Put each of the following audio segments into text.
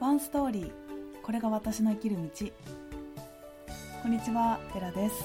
ワンストーリー、これが私の生きる道。こんにちは、テラです。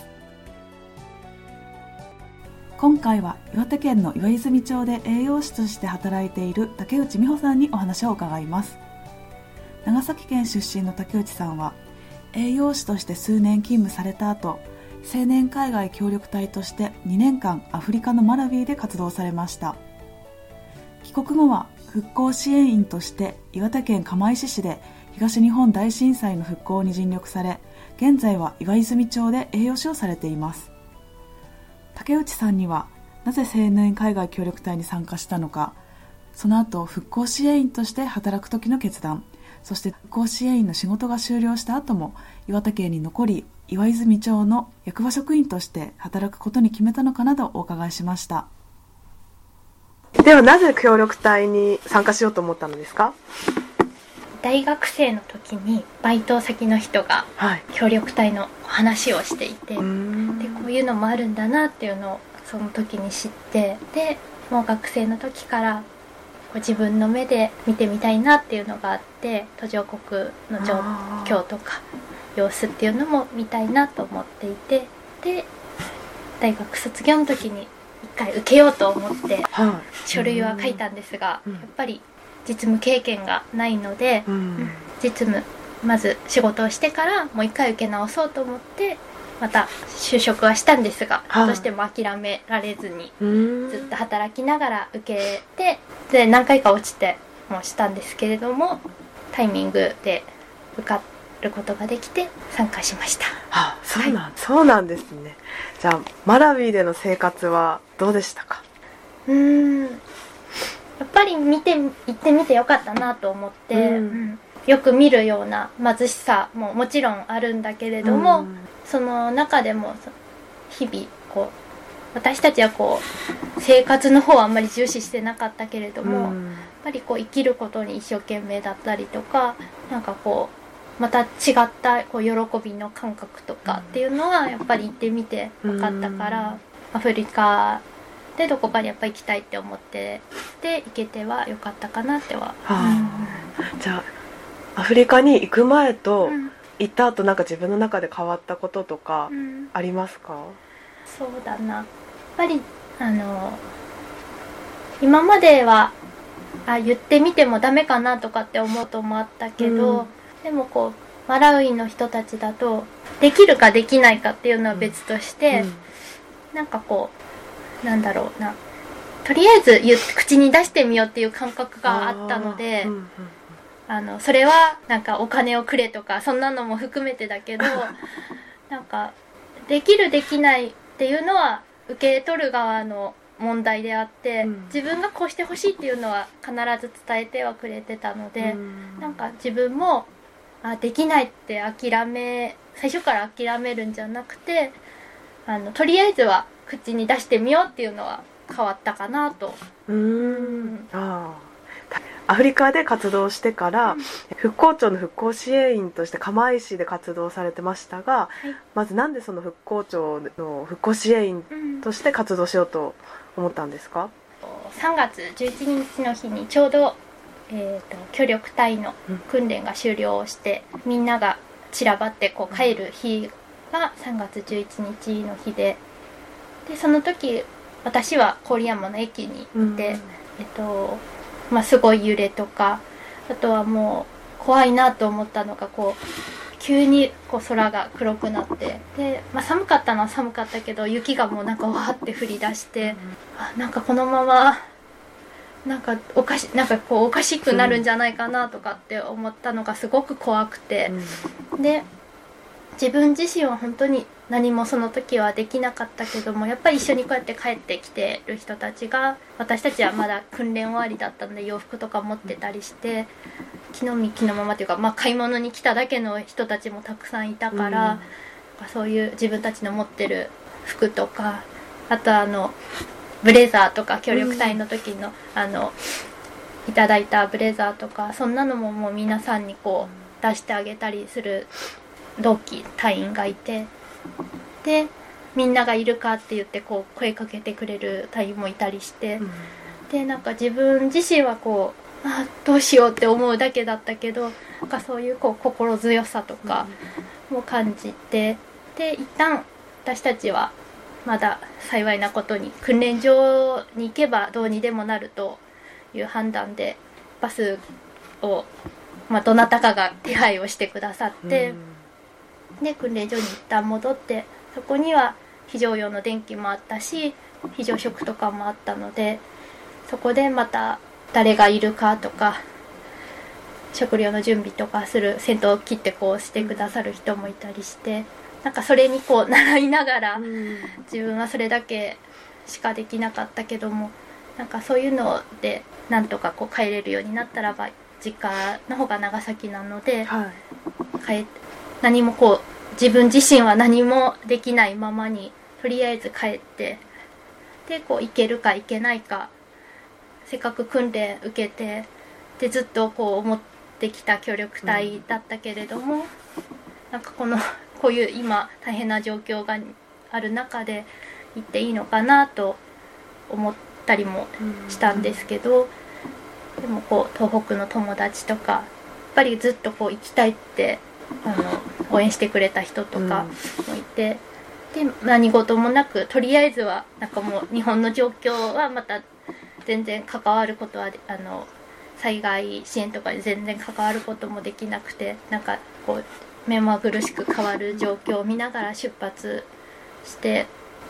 今回は岩手県の岩泉町で栄養士として働いている竹内美穂さんにお話を伺います。長崎県出身の竹内さんは栄養士として数年勤務された後、青年海外協力隊として2年間アフリカのマラウィで活動されました。帰国後は復興支援員として岩手県釜石市で東日本大震災の復興に尽力され、現在は岩泉町で栄養士をされています。竹内さんにはなぜ青年海外協力隊に参加したのか、その後復興支援員として働く時の決断、そして復興支援員の仕事が終了した後も岩手県に残り、岩泉町の役場職員として働くことに決めたのかなどお伺いしました。 ではなぜ協力隊に参加しようと思ったのですか？ 大学生の時にバイト先の人が協力隊の話をしていて、でこういうのもあるんだなっていうのをその時に知って、でもう学生の時からこう自分の目で見てみたいなっていうのがあって、途上国の状況とか様子っていうのも見たいなと思っていて、で大学卒業の時に一回受けようと思って書類は書いたんですが、やっぱり実務経験がないので、実務まず仕事をしてからもう一回受け直そうと思ってまた就職はしたんですが、どうしても諦められずにずっと働きながら受けて、で何回か落ちてもしたんですけれども、タイミングで受かることができて参加しました。 そうなんですね。じゃあマラウィでの生活はどうでしたか？ やっぱり行ってみてよかったなと思って、よく見るような貧しさももちろんあるんだけれども、その中でも日々こう私たちはこう生活の方はあんまり重視してなかったけれども、やっぱりこう生きることに一生懸命だったりとか、なんかこうまた違ったこう喜びの感覚とかっていうのはやっぱり行ってみて分かったから、アフリカでどこかにやっぱ行きたいって思ってで行けてはよかったかなっては。 じゃあアフリカに行く前と行った後、なんか自分の中で変わったこととかありますか？ そうだな、やっぱり今までは言ってみてもダメかなとかって思うこともあったけど、でもこうマラウイの人たちだとできるかできないかっていうのは別として、なんかこうなんだろうな、とりあえず口に出してみようっていう感覚があったので、それはなんかお金をくれとかそんなのも含めてだけどなんかできるできないっていうのは受け取る側の問題であって、自分がこうしてほしいっていうのは必ず伝えてはくれてたので、なんか自分もできないって最初から諦めるんじゃなくて、とりあえずは口に出してみようっていうのは変わったかなと。 アフリカで活動してから、復興庁の復興支援員として釜石で活動されてましたが、まずなんでその復興庁の復興支援員として活動しようと思ったんですか ？3月11日の日にちょうど、協力隊の訓練が終了して、みんなが散らばってこう帰る日が3月11日の日で、その時私は郡山の駅にいて、すごい揺れとか、あとはもう怖いなと思ったのがこう急にこう空が黒くなって、で、寒かったのは寒かったけど雪がもうなんかわーって降り出して、なんかこのままなんかおかしくなるんじゃないかなとかって思ったのがすごく怖くて、で自分自身は本当に何もその時はできなかったけども、やっぱり一緒にこうやって帰ってきてる人たちが、私たちはまだ訓練終わりだったので洋服とか持ってたりして、気の身気のままというか、買い物に来ただけの人たちもたくさんいたから、そういう自分たちの持ってる服とか、あとブレザーとか協力隊の時のいただいたブレザーとか、そんなのももう皆さんにこう出してあげたりする同期隊員がいて、でみんながいるかって言ってこう声かけてくれる隊員もいたりして、でなんか自分自身はこうどうしようって思うだけだったけど、なんかそういう心強さとかも感じて、で一旦私たちはまだ幸いなことに訓練場に行けばどうにでもなるという判断でバスを、どなたかが手配をしてくださって、で訓練所に一旦戻って、そこには非常用の電気もあったし非常食とかもあったので、そこでまた誰がいるかとか食料の準備とかする、先頭を切ってしてくださる人もいたりして、なんかそれに習いながら、自分はそれだけしかできなかったけども、なんかそういうのでなんとか帰れるようになったらば、実家の方が長崎なので、何も自分自身は何もできないままにとりあえず帰って、で行けるか行けないか、せっかく訓練受けてでずっと思ってきた協力隊だったけれども、なんかこういう今大変な状況がある中で行っていいのかなと思ったりもしたんですけど、でも東北の友達とかやっぱりずっと行きたいって応援してくれた人とかもいて、で何事もなくとりあえずはなんかもう日本の状況はまた全然関わることは災害支援とかに全然関わることもできなくて、なんか目まぐるしく変わる状況を見ながら出発して、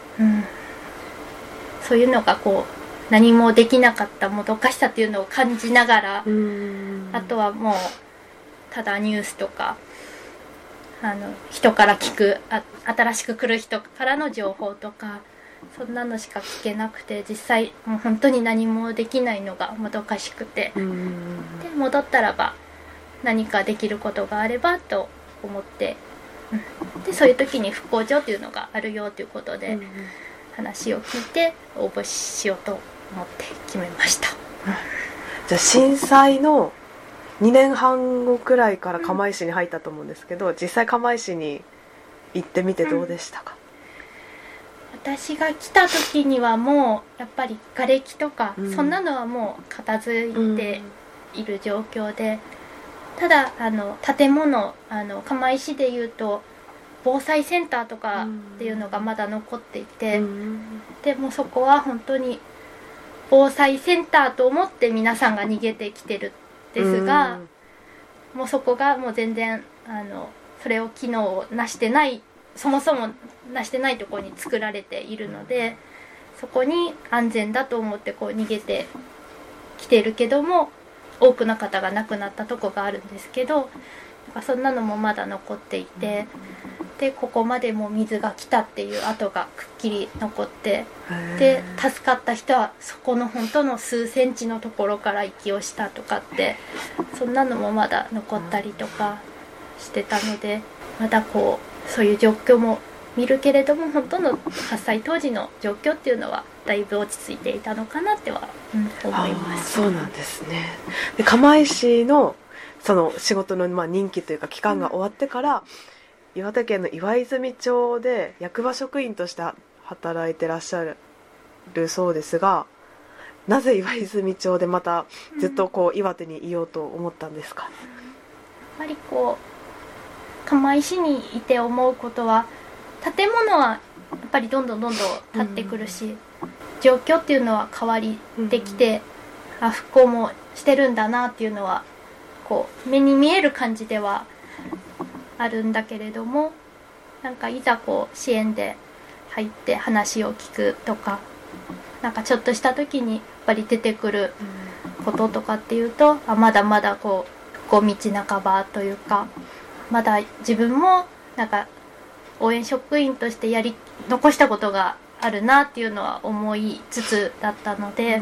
そういうのが何もできなかったもどかしさっていうのを感じながら、あとはもうただニュースとか人から聞く新しく来る人からの情報とか、そんなのしか聞けなくて、実際もう本当に何もできないのがもどかしくて、で戻ったらば何かできることがあればと思って、でそういう時に復興所っていうのがあるよということで、話を聞いて応募しようと思って決めました。 じゃあ震災の2年半後くらいから釜石に入ったと思うんですけど、実際釜石に行ってみてどうでしたか？ 私が来た時にはもうやっぱり瓦礫とか、そんなのはもう片付いている状況で、ただ建物釜石でいうと防災センターとかっていうのがまだ残っていて、でもそこは本当に防災センターと思って皆さんが逃げてきてるんですが、もうそこがもう全然それを機能をなしてない、そもそもなしてないところに作られているので、そこに安全だと思って逃げてきてるけども、多くの方が亡くなったとこがあるんですけど、そんなのもまだ残っていて、でここまでも水が来たっていう跡がくっきり残って、で助かった人はそこの本当の数センチのところから息をしたとかって、そんなのもまだ残ったりとかしてたので、まだそういう状況も見るけれども、本当の発災当時の状況っていうのはだいぶ落ち着いていたのかなっては、思います。 そうなんですね。で釜石のその仕事の任期というか期間が終わってから、岩手県の岩泉町で役場職員として働いてらっしゃるそうですが、なぜ岩泉町でまたずっと岩手にいようと思ったんですか？ やっぱり釜石にいて思うことは、建物はやっぱりどんどん建ってくるし、状況っていうのは変わりてきて、復興もしてるんだなっていうのは目に見える感じではあるんだけれども、なんかいざ支援で入って話を聞くとか、なんかちょっとした時にやっぱり出てくることとかっていうと、まだまだ道半ばというか、まだ自分もなんか応援職員として残したことがあるなっていうのは思いつつだったので、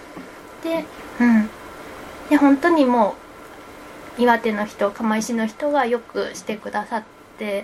で本当にもう岩手の人、釜石の人がよくしてくださって、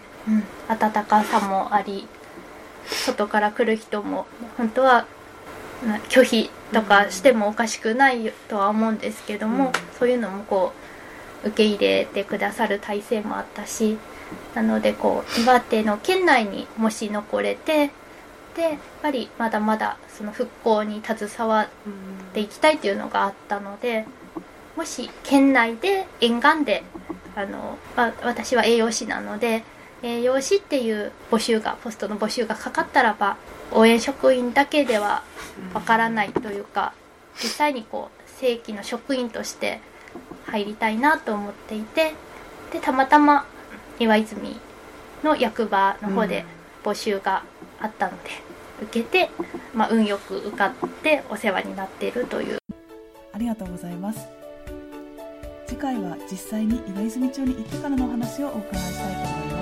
温かさもあり、外から来る人も本当は拒否とかしてもおかしくないとは思うんですけども、そういうのも受け入れてくださる体制もあったし、なので岩手の県内にもし残れて、でやっぱりまだまだその復興に携わっていきたいというのがあったので、 もし県内で沿岸で私は栄養士なので、栄養士っていうポストの募集がかかったらば、応援職員だけではわからないというか、実際に正規の職員として入りたいなと思っていて、でたまたま岩泉の役場の方で募集があったので受けて、運よく受かってお世話になっているという。 ありがとうございます。次回は実際に岩泉町に行ってからのお話をお伺いしたいと思います。